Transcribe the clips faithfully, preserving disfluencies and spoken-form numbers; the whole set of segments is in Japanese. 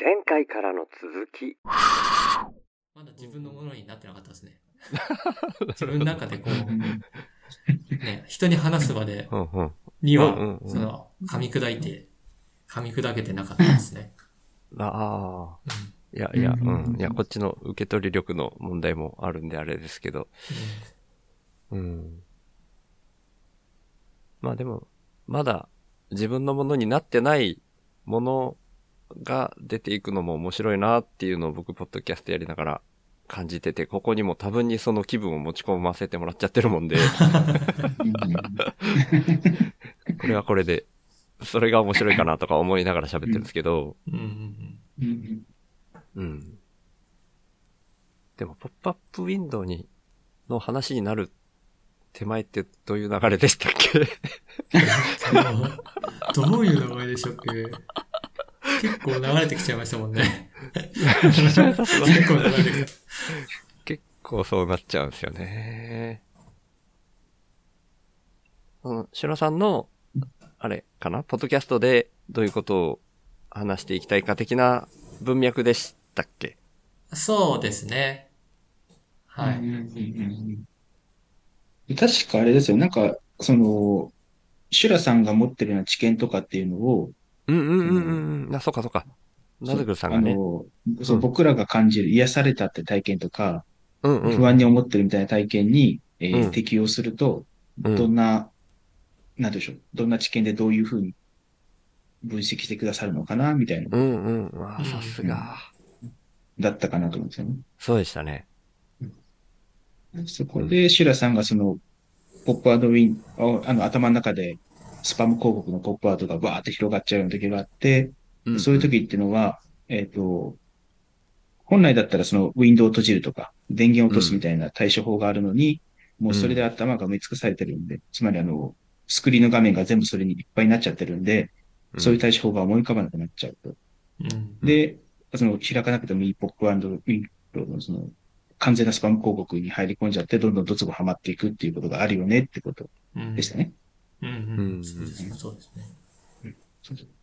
前回からの続き。 まだ自分のものになってなかったですね。自分の中でこう、ね、人に話す場で、には、その、噛み砕いて、噛み砕けてなかったですね。 ああ、うん。いやいや、うん。いや、こっちの受け取り力の問題もあるんであれですけど。うん。うん、まあでも、まだ自分のものになってないものが出ていくのも面白いなっていうのを僕、ポッドキャストやりながら感じてて、ここにも多分にその気分を持ち込ませてもらっちゃってるもんで。これはこれで、それが面白いかなとか思いながら喋ってるんですけど。うん。うん。でも、ポップアップウィンドウに、の話になる手前ってどういう流れでしたっけ？ どういう流れでしょうっけ？結構流れてきちゃいましたもんね。結構流れてきた。 結構そうなっちゃうんですよね。うん、シュノさんの、あれかな？ポッドキャストでどういうことを話していきたいか的な文脈でしたっけ？ そうですね。はい。 確かあれですよ。なんか、その、シュラさんが持ってるような知見とかっていうのを、 うんうんうんうん。あ、そうかそうか。ナズグルさんがね。 あの、そう、うん、僕らが感じる癒されたって体験とか、 うんうんうん、 不安に思ってるみたいな体験に、えーうん、適用すると、どんな、うん、なんでしょう。どんな知見でどういうふうに分析してくださるのかな、みたいな。 うんうん。わあ、さすが、 うん。だったかなと思うんですよね。 そうでしたね。 そこで、シュラさんがその、ポップアドウィン、あの、頭の中で、スパム広告のポップアウトがバーって広がっちゃうような時があって、うんうん、そういう時っていうのは、えっと、本来だったらそのウィンドウを閉じるとか、電源を落とすみたいな対処法があるのに、うん、もうそれで頭が埋め尽くされてるんで、うん、つまりあの、スクリーンの画面が全部それにいっぱいになっちゃってるんで、うん、そういう対処法が思い浮かばなくなっちゃうと。うん、で、その開かなくてもいいポップアンドウィンドウのその、完全なスパム広告に入り込んじゃって、どんどんドツボはまっていくっていうことがあるよねってことでしたね。 うん、うん、うん。そうですね。そうですね。うん、そうそう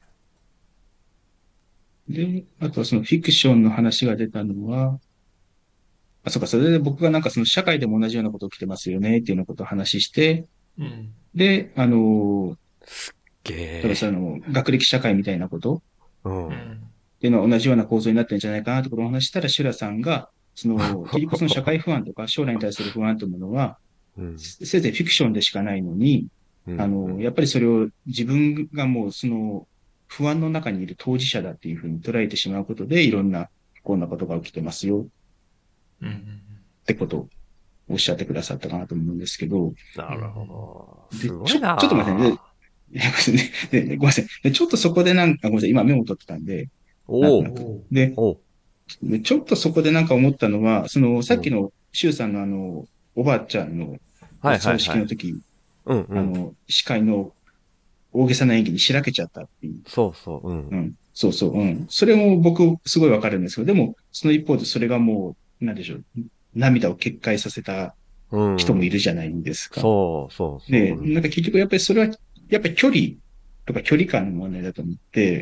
で、あとはそのフィクションの話が出たのは、あ、そうか、それで僕がなんかその社会でも同じようなこと起きてますよねっていうようなことを話して、うん、で、あの、 すっげー。 例えばその学歴社会みたいなこと、うん、っていうのは同じような構造になってるんじゃないかなってことをお話したら、シュラさんが、その、結局その社会不安とか将来に対する不安というものは、うん、せいぜいフィクションでしかないのに、うん、あの、やっぱりそれを自分がもうその不安の中にいる当事者だっていうふうに捉えてしまうことで、いろんな不幸なことが起きてますよ。うん、ってことをおっしゃってくださったかなと思うんですけど。 なるほど。 すごいなちょ。ちょっと待ってね。ででごめんなさいで。ちょっとそこでなんか、ごめんなさい。今メモ取ってたんで。 おでおで、ちょっとそこでなんか思ったのは、その、さっきの、シュウさんのあの、おばあちゃんの、お葬式の時、あの、司会の大げさな演技にしらけちゃったっていう。 そうそう。うん。 うん。そうそう。うん。それも僕、すごいわかるんですけど、でも、その一方でそれがもう、なんでしょう。涙を決壊させた人もいるじゃないですか。 うん、そうそうそう。 で、なんか結局やっぱりそれは、やっぱり距離とか距離感の問題だと思って、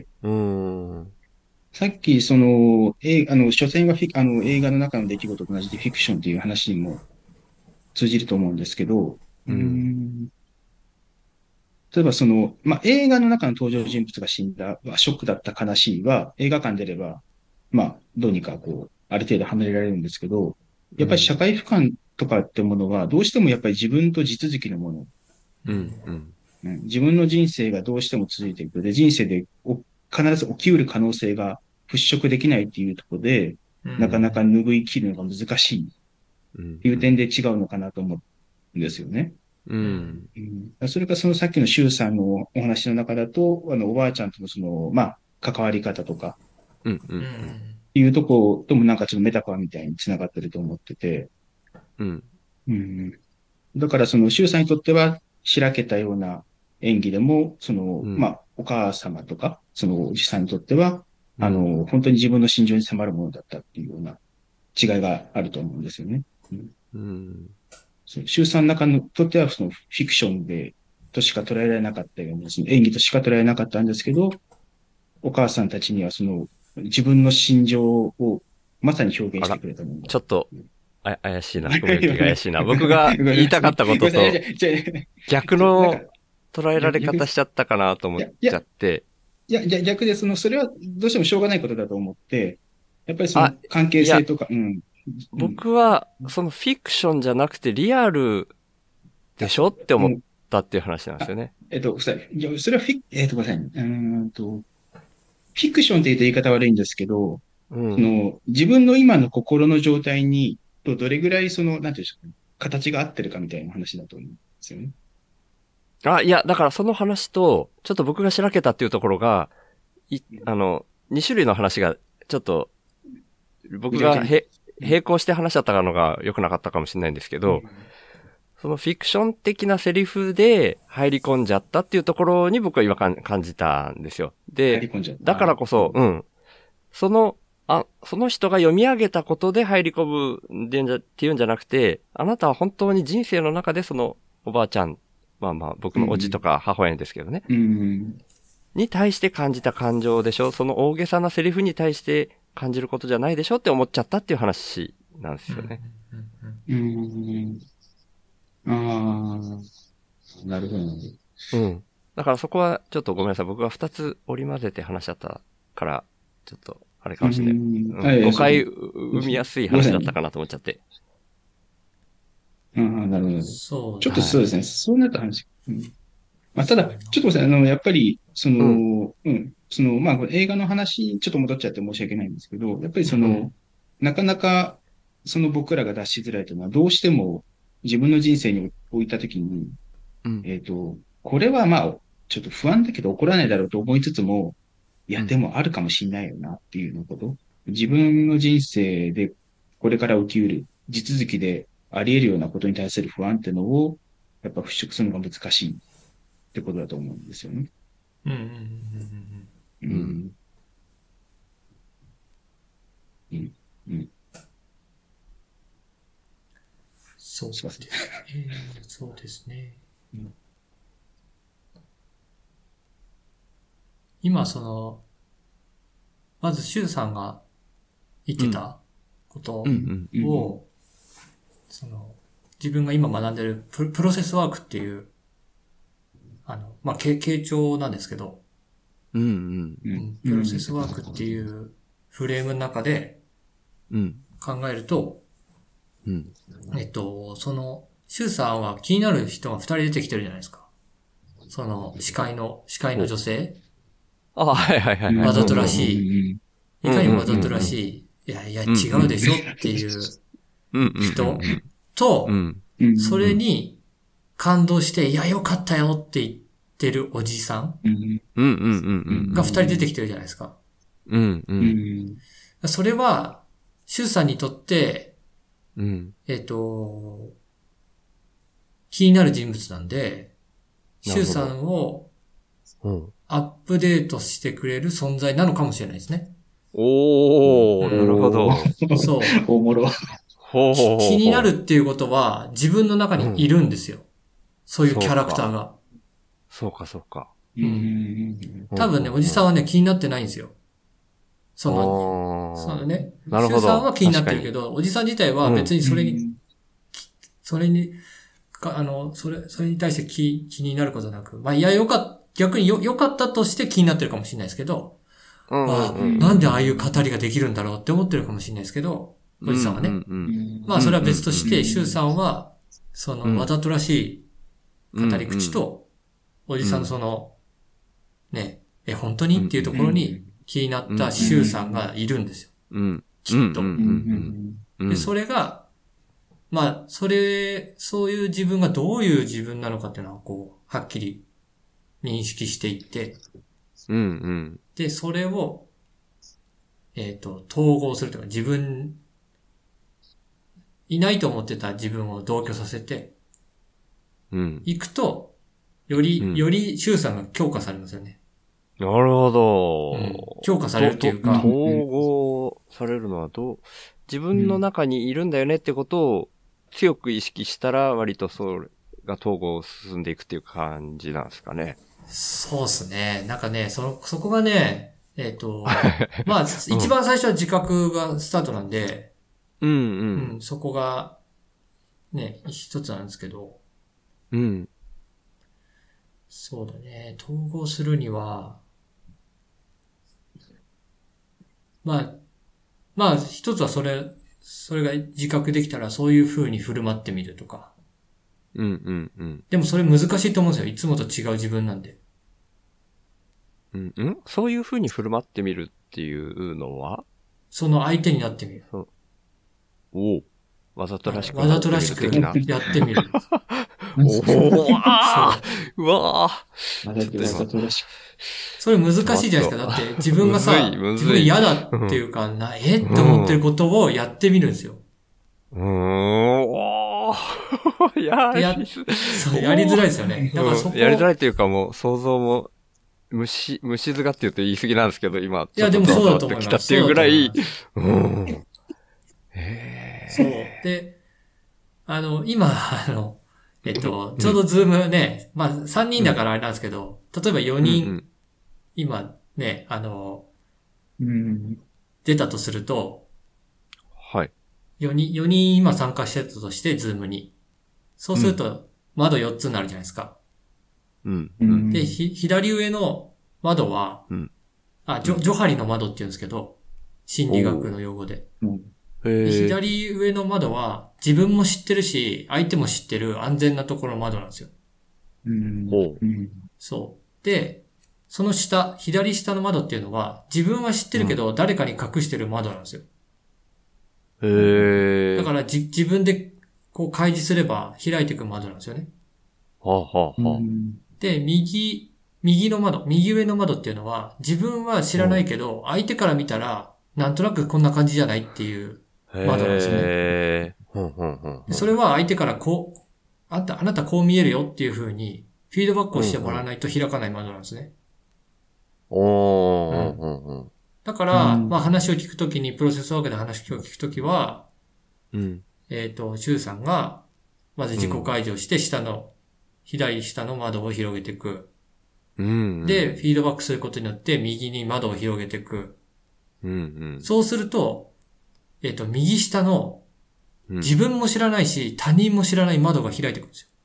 うん。 さっき、その、えあの、所詮はフィあの映画の中の出来事と同じでフィクションという話にも通じると思うんですけど、うん、例えばその、まあ、映画の中の登場人物が死んだ、ショックだった悲しいは、映画館出れば、まあ、どうにかこう、ある程度離れられるんですけど、やっぱり社会不感とかってものは、どうしてもやっぱり自分と地続きのもの。 うんうんうん、自分の人生がどうしても続いていく。で、人生で必ず起きうる可能性が払拭できないっていうところで、うん、なかなか拭い切るのが難しいっていう点で違うのかなと思うんですよね。 うんうん、それからそのさっきの周さんのお話の中だと、あの、おばあちゃんとのその、まあ、関わり方とか、 うんうん、 いうとこともなんかちょっとメタファーみたいに繋がってると思ってて、 うん。 うん、だからその周さんにとっては、しらけたような演技でも、その、うん、まあ、お母様とか、そのおじさんにとっては、うん、あの、本当に自分の心情に迫るものだったっていうような違いがあると思うんですよね。うん。 うん、 周さんの中にとっては、そのフィクションで、としか捉えられなかったような、その演技としか捉えられなかったんですけど、お母さんたちにはその、 自分の心情をまさに表現してくれたもの。 ちょっと、あ、怪しいな。ごめん、気が怪しいな。僕が言いたかったことと、逆の捉えられ方しちゃったかなと思っちゃって。 いや、いや逆で、その、それはどうしてもしょうがないことだと思って、やっぱりその関係性とか、うん。 僕は、そのフィクションじゃなくてリアルでしょって思ったっていう話なんですよね。 えっと、それはフィ、えっと、ごめんなさいね。うんと、フィクションって言うと言い方悪いんですけど、うん、その自分の今の心の状態に、とどれぐらいその、なんていうんですか、形が合ってるかみたいな話だと思うんですよね。 あ、いや、だからその話と、ちょっと僕がしらけたっていうところが、い、あの、に種類の話が、ちょっと、僕がへ、並行して話しちゃったのが良くなかったかもしれないんですけど、うん、そのフィクション的なセリフで入り込んじゃったっていうところに僕は違和感感じたんですよ。で、だからこそ、うん。その、あ、その人が読み上げたことで入り込むでんじゃっていうんじゃなくて、あなたは本当に人生の中でそのおばあちゃん、まあまあ僕のおじとか母親ですけどね、うん、に対して感じた感情でしょ、その大げさなセリフに対して感じることじゃないでしょって思っちゃったっていう話なんですよね。 うん。ああ、なるほど。 うん。だからそこはちょっとごめんなさい。僕が二つ織り交ぜて話しちゃったから、ちょっとあれかもしれない。うん、誤解生みやすい話だったかなと思っちゃって。 うん、なるほど。そう。ちょっとそうですね。はい、そうなった話。うん、まあ、ただ、ちょっとごめんなさい。あの、やっぱり、その、うん、うん、その、まあ、映画の話、ちょっと戻っちゃって申し訳ないんですけど、やっぱりその、うん、なかなか、その僕らが脱しづらいというのは、どうしても自分の人生に置いたときに、うん、えっと、これはまあ、ちょっと不安だけど起こらないだろうと思いつつも、いや、でもあるかもしれないよなっていうのこと。自分の人生でこれから起きうる、地続きであり得るようなことに対する不安っていうのを、やっぱ払拭するのが難しいってことだと思うんですよね。うんうんうんうんうん。うん。うん。 そうですね。そうですね。うん、今その、まずシュウさんが言ってたことを、その、自分が今学んでるプロセスワークっていう、あの、まあ、傾聴なんですけど、うんうんうん、プロセスワークっていうフレームの中で考えると、うん、えっと、その、シュウさんは気になる人が二人出てきてるじゃないですか。その、司会の、司会の女性。 あ、はいはいはい。 わざとらしい。いかにもわざとらしい。いやいや、違うでしょっていう人と、それに感動して、いや、よかったよって言ってるおじさんが二人出てきてるじゃないですか。うんうん、それは、シュウさんにとって、うん、えっと、気になる人物なんで、シュウさんをアップデートしてくれる存在なのかもしれないですね。 おー、なるほど。 そう。おもろ。 気になるっていうことは自分の中にいるんですよ。うん、そういうキャラクターが。 そうか、そうか。 うん。多分ね、おじさんはね、気になってないんですよ。その、そのね、 なるほど。 シュウさんは気になってるけど、おじさん自体は別にそれに、うん、それに、か、あの、それ、それに対して気、気になることなく、まあ、いや、よかった、逆によ、良かったとして気になってるかもしれないですけど、うんうんうん、ああ、なんでああいう語りができるんだろうって思ってるかもしれないですけど、おじさんはね。うんうんうん、まあ、それは別として、シュウさんは、その、わざとらしい語り口と、おじさんのその、ね、え、本当にっていうところに気になったシュウさんがいるんですよ。うん、きっと、うんうんうん。で、それが、まあ、それ、そういう自分がどういう自分なのかっていうのは、こう、はっきり認識していって、うんうん、で、それを、えっと、統合するというか、自分、いないと思ってた自分を同居させて、うん、行くと、より、うん、より、シュウさんが強化されますよね。 なるほど、うん。 強化されるっていうか。 統合されるのはどう、自分の中にいるんだよねってことを強く意識したら、割とそれが統合を進んでいくっていう感じなんですかね。 そうですね。なんかね、その、そこがね、 えっと、まあ、一番最初は自覚がスタートなんで、 うんうん。 うん、そこが、ね、一つなんですけど、 うん。 そうだね、統合するには、まあ、まあ、一つはそれ、それが自覚できたらそういう風に振る舞ってみるとか。 うんうんうん。 でもそれ難しいと思うんですよ。いつもと違う自分なんで。 うんうんそういう風に振る舞ってみるっていうのはその相手になってみる。 そうおお。わざとらしく。 わざとらしくやってみる。 おおあうわぁ。わざとらしく。 それ難しいじゃないですか。だって自分がさ、自分嫌だっていうか、なえって思ってることをやってみるんですよ。 うーん、おーやりやそうやりづらいですよね。だからそこ、 うん、やりづらいっていうかもう想像も、虫、虫図がって言うと言い過ぎなんですけど、今。 いや、でもそうだと思います。 来たっていうぐらい、うん。 へそう。で、あの、今、あの、えっと、ちょうどズームね、まあさんにんだからあれなんですけど、例えばよにん、うんうん、今ね、あの、うん、出たとすると、 はい。 よにん、よにん今参加してたとして、ズームに。そうすると、窓よっつになるじゃないですか。 うん。 で、ひ、左上の窓は、うん、あ、ジョ、ジョハリの窓って言うんですけど、心理学の用語で。で左上の窓は、自分も知ってるし、相手も知ってる安全なところの窓なんですよ。 うん、 そう。で、その下、左下の窓っていうのは、自分は知ってるけど、うん、誰かに隠してる窓なんですよ。 へー。 だからじ、自分で、こう開示すれば開いていく窓なんですよね。 はあ、はあはあ、 で、右、右の窓、右上の窓っていうのは、自分は知らないけど、相手から見たら、なんとなくこんな感じじゃないっていう窓なんですよね。 へー。それは相手からこう、あんた、あなたこう見えるよっていう風に、フィードバックをしてもらわないと開かない窓なんですね。 おー、うんうんうん、 だから、うん、まあ話を聞くときに、プロセスワークで話を聞くときは、 うん、 えっと、シュウさんが、まず自己開示をして、下の、左下の窓を広げていく。 うんうん、 で、フィードバックすることによって、右に窓を広げていく。 うんうん、 そうすると、えっと、右下の、自分も知らないし、他人も知らない窓が開いていくんですよ。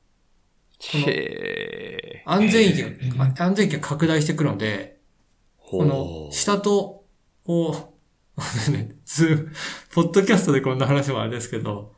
へー。安全域が、安全域が拡大してくるので、この、下と、こう、ズーム、ポッドキャストでこんな話もあれですけど、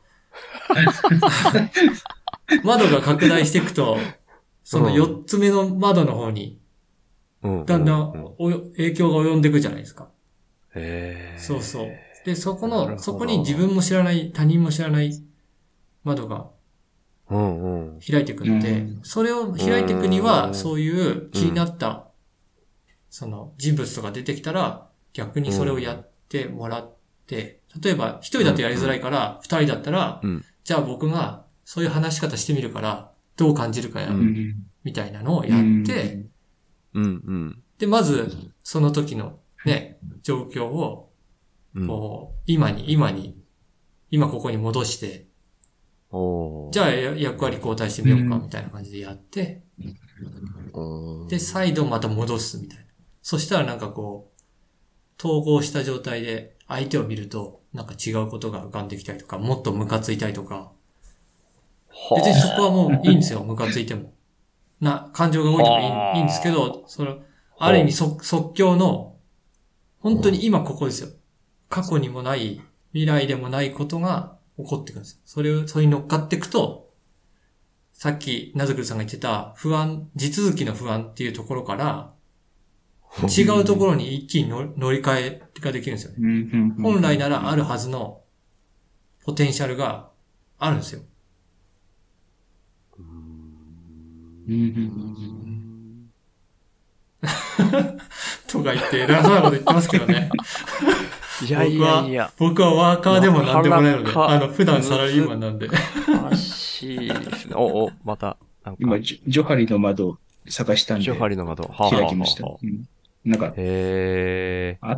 窓が拡大していくと、そのよっつめの窓の方に、だんだん影響が及んでいくじゃないですか。 へー。 そうそう。で、そこの、そこに自分も知らない、他人も知らない窓が開いていくので、うんうん、それを開いていくには、そういう気になった、その人物とか出てきたら、逆にそれをやってもらって、例えば一人だとやりづらいから、二人だったら、じゃあ僕がそういう話し方してみるから、どう感じるかや、みたいなのをやって、で、まず、その時のね、状況を、こう、今に、今に、今ここに戻して、じゃあ役割交代してみようか、みたいな感じでやって、で、再度また戻すみたいな。そしたらなんかこう、統合した状態で相手を見ると、なんか違うことが浮かんできたりとか、もっとムカついたりとか、別にそこはもういいんですよ、ムカついても。な、感情が動いてもいい、いいんですけど、その、ある意味即、即興の、本当に今ここですよ。過去にもない、未来でもないことが起こってくるんです。それを、それに乗っかっていくと、さっき、ナズクルさんが言ってた不安、地続きの不安っていうところから、違うところに一気に乗り換えができるんですよね。本来ならあるはずのポテンシャルがあるんですよ。とか言って偉そうなこと言ってますけどね。 いやいやいや。 僕は、僕はワーカーでもなんでもないので、あの、普段サラリーマンなんで。 難しいですね。お、お、また。 今、ジョハリの窓探したんで。 ジョハリの窓。 は開きました。はあはあはあうんなんか、 へー。 あ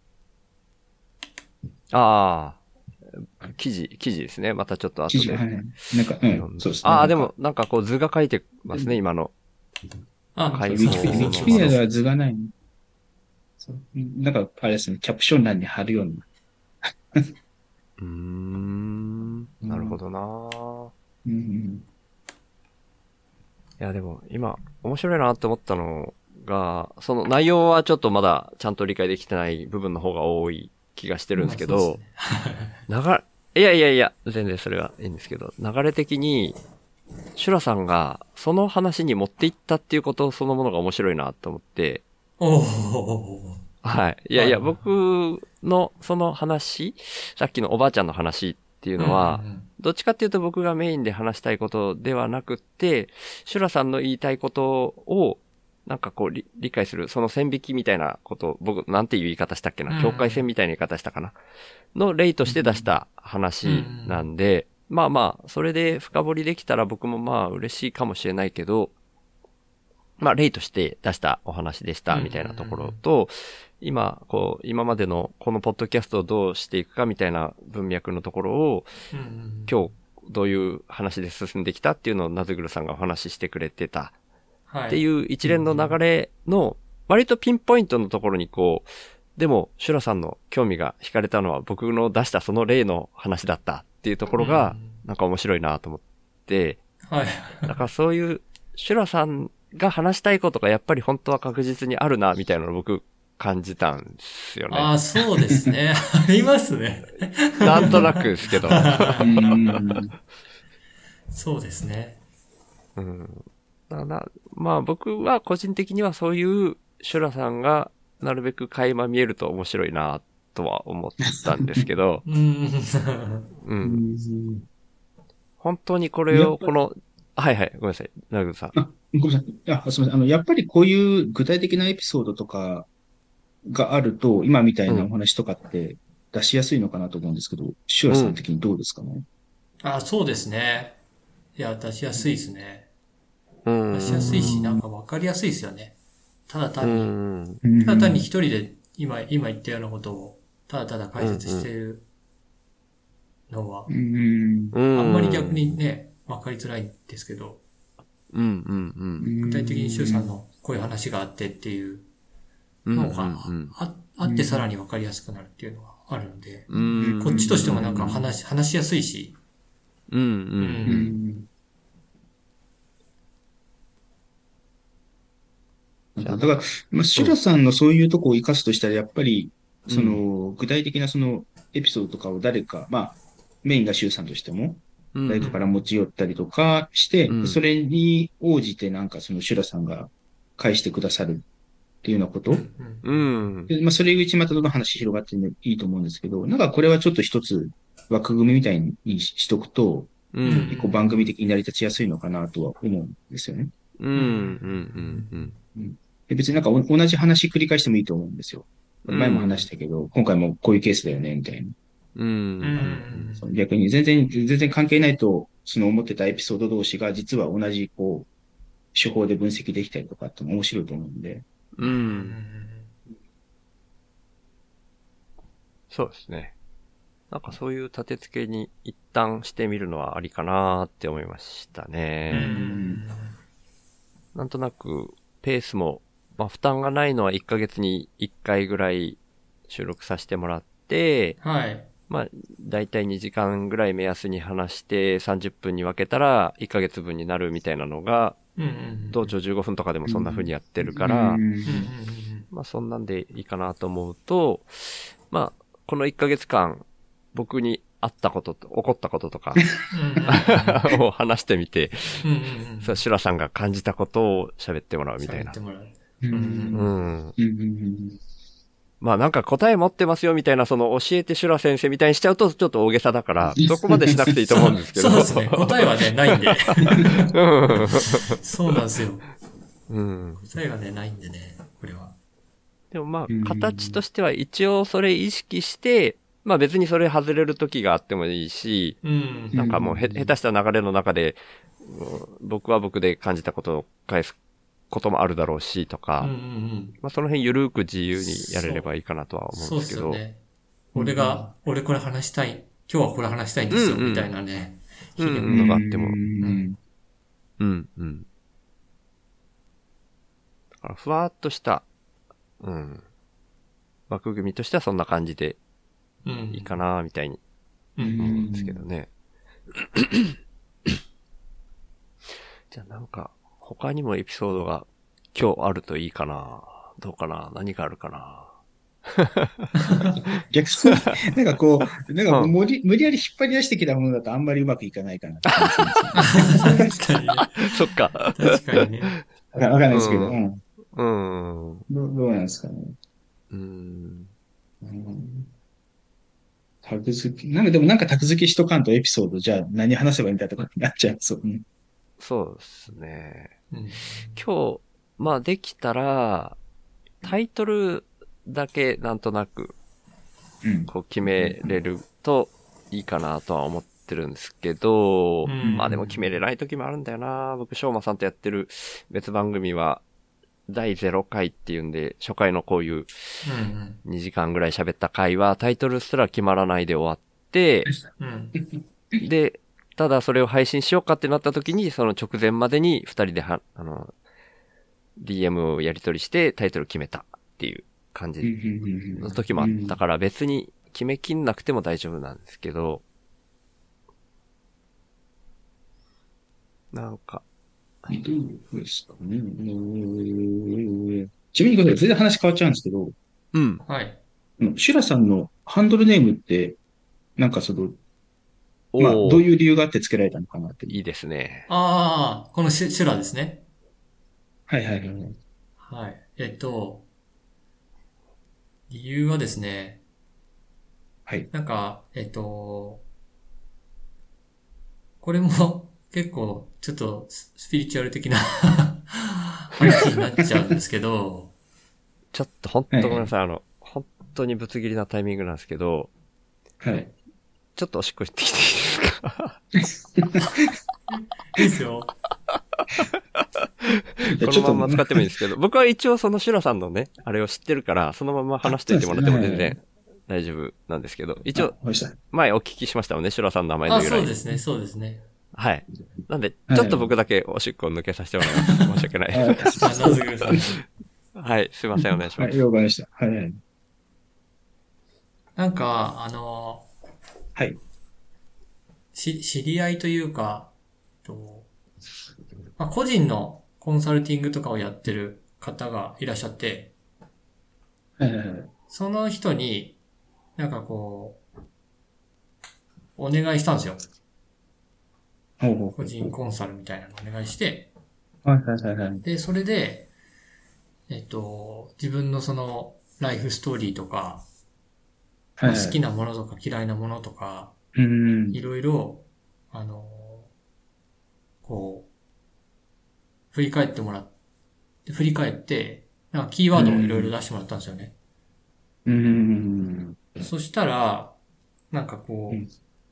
ああ、記事、記事ですね。またちょっと後で。 はい、なんか、うん、そうですね。 ああ、でも、なんかこう図が書いてますね、今の。 あ、 ウィキペディアでは図がない。 なんか、あれですね、キャプション欄に貼るような。 うーん。なるほどな、うんうん、いや、でも、今、面白いなって思ったのが、その内容はちょっとまだちゃんと理解できてない部分の方が多い気がしてるんですけど、流れ、いやいやいや、全然それはいいんですけど、流れ的に、シュラさんがその話に持っていったっていうことそのものが面白いなと思って、 おーはい。いやいや、僕のその話、さっきのおばあちゃんの話っていうのは、うんうんうん、どっちかっていうと僕がメインで話したいことではなくって、シュラさんの言いたいことを、なんかこう理、理解する、その線引きみたいなことを、僕、なんていう言い方したっけな、境界線みたいな言い方したかな、の例として出した話なんで、うんうん、まあまあ、それで深掘りできたら僕もまあ嬉しいかもしれないけど、まあ例として出したお話でしたみたいなところと、今、こう、今までのこのポッドキャストをどうしていくかみたいな文脈のところを、今日どういう話で進んできたっていうのをナズグルさんがお話ししてくれてたっていう一連の流れの割とピンポイントのところにこう、でもシュラさんの興味が惹かれたのは僕の出したその例の話だったっていうところがなんか面白いなと思って、 はい。 だからそういうシュラさんが話したいことがやっぱり本当は確実にあるなみたいなのを僕感じたんですよね。 ああ、そうですね。ありますね。 なんとなくですけど。 そうですね。 うん。だからまあ僕は個人的にはそういうシュラさんがなるべく垣間見えると面白いなとは思ったんですけど。うん。うん。本当にこれをこの、はいはい、ごめんなさい。ナルグさん。 あ、ごめんなさい。いや、すみません。あの、やっぱりこういう具体的なエピソードとかがあると、今みたいなお話とかって出しやすいのかなと思うんですけど、シュラさん的にどうですかね、うん、 あ、そうですね。いや、出しやすいですね。うん、出しやすいし、なんかわかりやすいですよね。ただ単に、ただ単に一人で今、今言ったようなことを、ただただ解説しているのは、うん、あんまり逆にね、わかりづらいんですけど、 うんうんうん、 具体的にシュウさんのこういう話があってっていうのが、あ、あってさらにわかりやすくなるっていうのがあるので、こっちとしてもなんか話、話しやすいし、 うんうんうんだから、まあ、シュラさんのそういうとこを活かすとしたら、やっぱり、その、具体的なそのエピソードとかを誰か、まあ、メインがシュウさんとしても、誰かから持ち寄ったりとかして、うん、それに応じてなんかそのシュラさんが返してくださるっていうようなこと。 うん。 でまあ、それ内またどの話広がっていいと思うんですけど、なんかこれはちょっと一つ枠組みみたいにしとくと、うん、結構番組的に成り立ちやすいのかなとは思うんですよね。 うん、うん、うん、 うん。で別になんか同じ話繰り返してもいいと思うんですよ。前も話したけど、うん、今回もこういうケースだよね、みたいな。うん。逆に全然、全然関係ないと、その思ってたエピソード同士が実は同じ、こう、手法で分析できたりとかって面白いと思うんで。 うん。そうですね。なんかそういう立て付けに一旦してみるのはありかなって思いましたね。うん。なんとなく、ペースも、まあ負担がないのはいっかげつにいっかいぐらい収録させてもらって、 はい。 まあ、だいたいにじかんぐらい目安に話してさんじゅっぷんに分けたらいっかげつぶんになるみたいなのが、道場じゅうごふんとかでもそんな風にやってるから、まあそんなんでいいかなと思うと、まあ、このいっかげつかん僕にあったことと、起こったこととかを話してみて、シュラさんが感じたことを喋ってもらうみたいな。喋ってもらう。うん。まあなんか答え持ってますよみたいな、その教えてシュラ先生みたいにしちゃうとちょっと大げさだから、そこまでしなくていいと思うんですけど。 そうですね。答えはね、ないんで。そうなんですよ。うん、答えがね、ないんでね、これは。 でもまあ、形としては一応それ意識して、まあ別にそれ外れる時があってもいいし、うん、なんかもうへ、下手した流れの中で、僕は僕で感じたことを返すこともあるだろうしとか、うんうんうん、まあその辺ゆるく自由にやれればいいかなとは思うんですけど。そうですよね。 俺が、俺これ話したい。今日はこれ話したいんですよ、うんうん、みたいなね。 うん、うん、のがあっても。うん。うん、うん。だからふわっとした、うん。 枠組みとしてはそんな感じでいいかなみたいに思うんですけどね。じゃあなんか他にもエピソードが今日あるといいかな。どうかな。何があるかな。 逆に、なんかこう、なんか無理、うん、無理やり引っ張り出してきたものだとあんまりうまくいかないかな。 確かにね。 そっか。 確かにね。 わかんないですけど、うん。 うん。 うん、ど, どうなんですかね。 うん。 うん、タグ付き、なんかでもなんかタグ付きしとかんとエピソードじゃあ何話せばいいんだとかになっちゃう。そう、うん、 そうですね。 うん、 今日、まあできたら、タイトルだけなんとなく、こう決めれるといいかなとは思ってるんですけど、うん、まあでも決めれない時もあるんだよな。僕、しょうまさんとやってる別番組は、だいゼロかいっていうんで、初回のこういうにじかんぐらい喋った回は、タイトルすら決まらないで終わって、うん、で、ただそれを配信しようかってなった時に、その直前までにふたりでは、あの、ディーエム をやり取りしてタイトル決めたっていう感じの時もあったから、別に決めきんなくても大丈夫なんですけど、なんか。 どうですかね。ちなみにこれ全然話変わっちゃうんですけど、 うん。 はい。 シュラさんのハンドルネームって、なんかその、まあ、どういう理由があって付けられたのかなって。 いいですね。 ああ、このシュシュラですね。 はいはいはい。 はい。えっと、理由はですね、 はい。 なんか、えっと、これも結構ちょっとスピリチュアル的な話になっちゃうんですけど、 ちょっとほんとごめんなさい、はい、あの、本当にぶつ切りなタイミングなんですけど、 はい。 ちょっとおしっこ行ってきていいですか？ いいですよ。 このまま使ってもいいんですけど、僕は一応そのシュラさんのね、あれを知ってるから、そのまま話していてもらっても全然大丈夫なんですけど、一応、前お聞きしましたもんね、シュラさんの名前の由来。 あ、そうですね、そうですね。 はい。なんで、ちょっと僕だけおしっこを抜けさせてもらいます。申し訳ない。はい、すいません、お願いします。 はい、了解でした。はい。 なんか、あの、 はい。 し、知り合いというか、とまあ、個人のコンサルティングとかをやってる方がいらっしゃって、 はいはいはい、 その人に、なんかこう、お願いしたんですよ。 ほうほうほう、 個人コンサルみたいなのお願いして、 はいはいはいはい、 で、それで、えっと、自分のその、ライフストーリーとか、まあ、好きなものとか嫌いなものとか、いろいろ、あの、こう、振り返ってもらって、振り返って、なんかキーワードをいろいろ出してもらったんですよね。 うん。 そしたら、なんかこう、うん、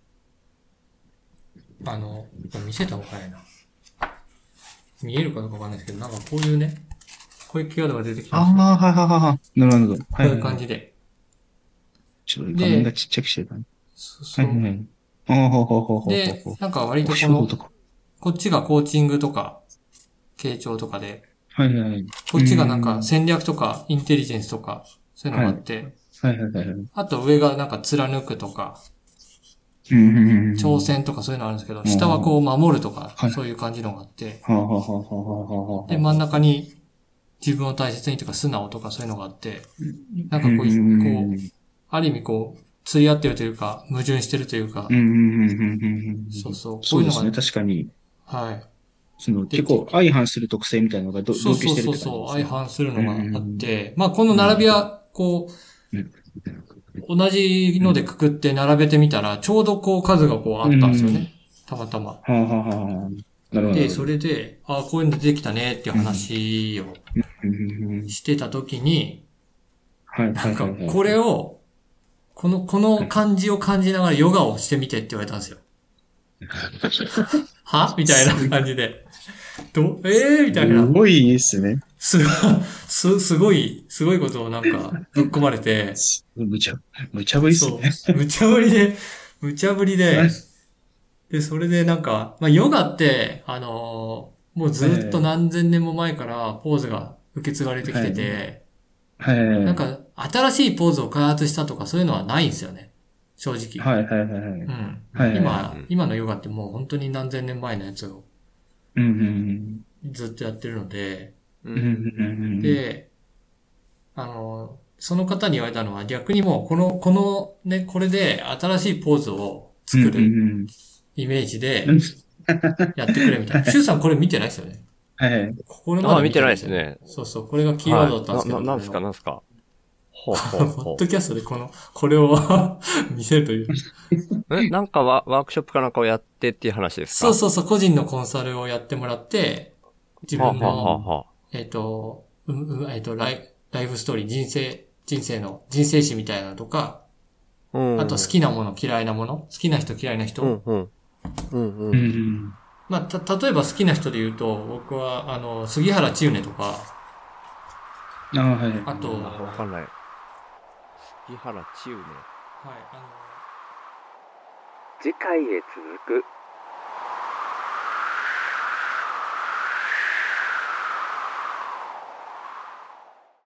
あの、見せた方がいいな。見えるかどうかわかんないですけど、なんかこういうね、こういうキーワードが出てきたんですよ。 ああ、はいはいはい。なるほど。 こういう感じで。 ちょっと画面がちっちゃくしてるかな。 そうそう。はいはい、 ああ、ほうほうほうほう。 で、なんか割とこの、こっちがコーチングとか、傾聴とかで、 はいはい。 こっちがなんか戦略とか、インテリジェンスとか、そういうのがあって、 はいはいはい。 あと上がなんか貫くとか、挑戦とかそういうのあるんですけど、下はこう守るとか、そういう感じのがあって、で、真ん中に自分を大切にとか素直とかそういうのがあって、なんかこう、こう、ある意味こう、対合ってるというか、矛盾してるというか、そうそう、こういうのが。 そうですね、確かに。 はい。 その結構相反する特性みたいなのが同居してるって感じですね。 そうそうそう、相反するのがあって、まあこの並びは、こう、同じのでくくって並べてみたら、ちょうどこう数がこうあったんですよね。たまたま。 はあはあはあ、なるほど。 で、それで、ああ、こういうのできたねっていう話をしてたときに、なんかこれを、この、この感じを感じながらヨガをしてみてって言われたんですよ。はみたいな感じで。ど、ええー、みたいな。 すごいですね。 す、す、すごい、すごいことをなんか、ぶっ込まれて。 むちゃ、むちゃぶりっすね。 そう。むちゃぶりで、むちゃぶりで、で、それでなんか、まあ、ヨガって、あのー、もうずっと何千年も前からポーズが受け継がれてきてて、 はいはい、 なんか、 新しいポーズを開発したとかそういうのはないんですよね。正直。 はいはいはいはい。うん。はいはいはい、 今、今のヨガってもう本当に何千年前のやつをずっとやってるので、 うんうんうん、 で、あの、その方に言われたのは逆にもうこの、このね、これで新しいポーズを作るイメージでやってくれみたいな。シュウさんこれ見てないですよね。 はい。 これまで見てないですね。 そうそう、これがキーワードだったんですけど。 はい、な、な、なんすかなんすか。 ほうほうほう。ポッドキャストでこの、これを見せるという。 え、なんかワワークショップかなんかをやってっていう話ですか？ そうそうそう、個人のコンサルをやってもらって、自分の、はははえっ、ー、と、う、う、えっ、ー、と、ライ、ライフストーリー、人生、人生の、人生史みたいなのとか、うん、あと好きなもの、嫌いなもの、好きな人、嫌いな人。うんうん。うんうん。まあ、た、例えば好きな人で言うと、僕は、あの、杉原千畝とか、 ああ、はい。 あと、 わかんない。杉原千畝。はい、あの、 次回へ続く。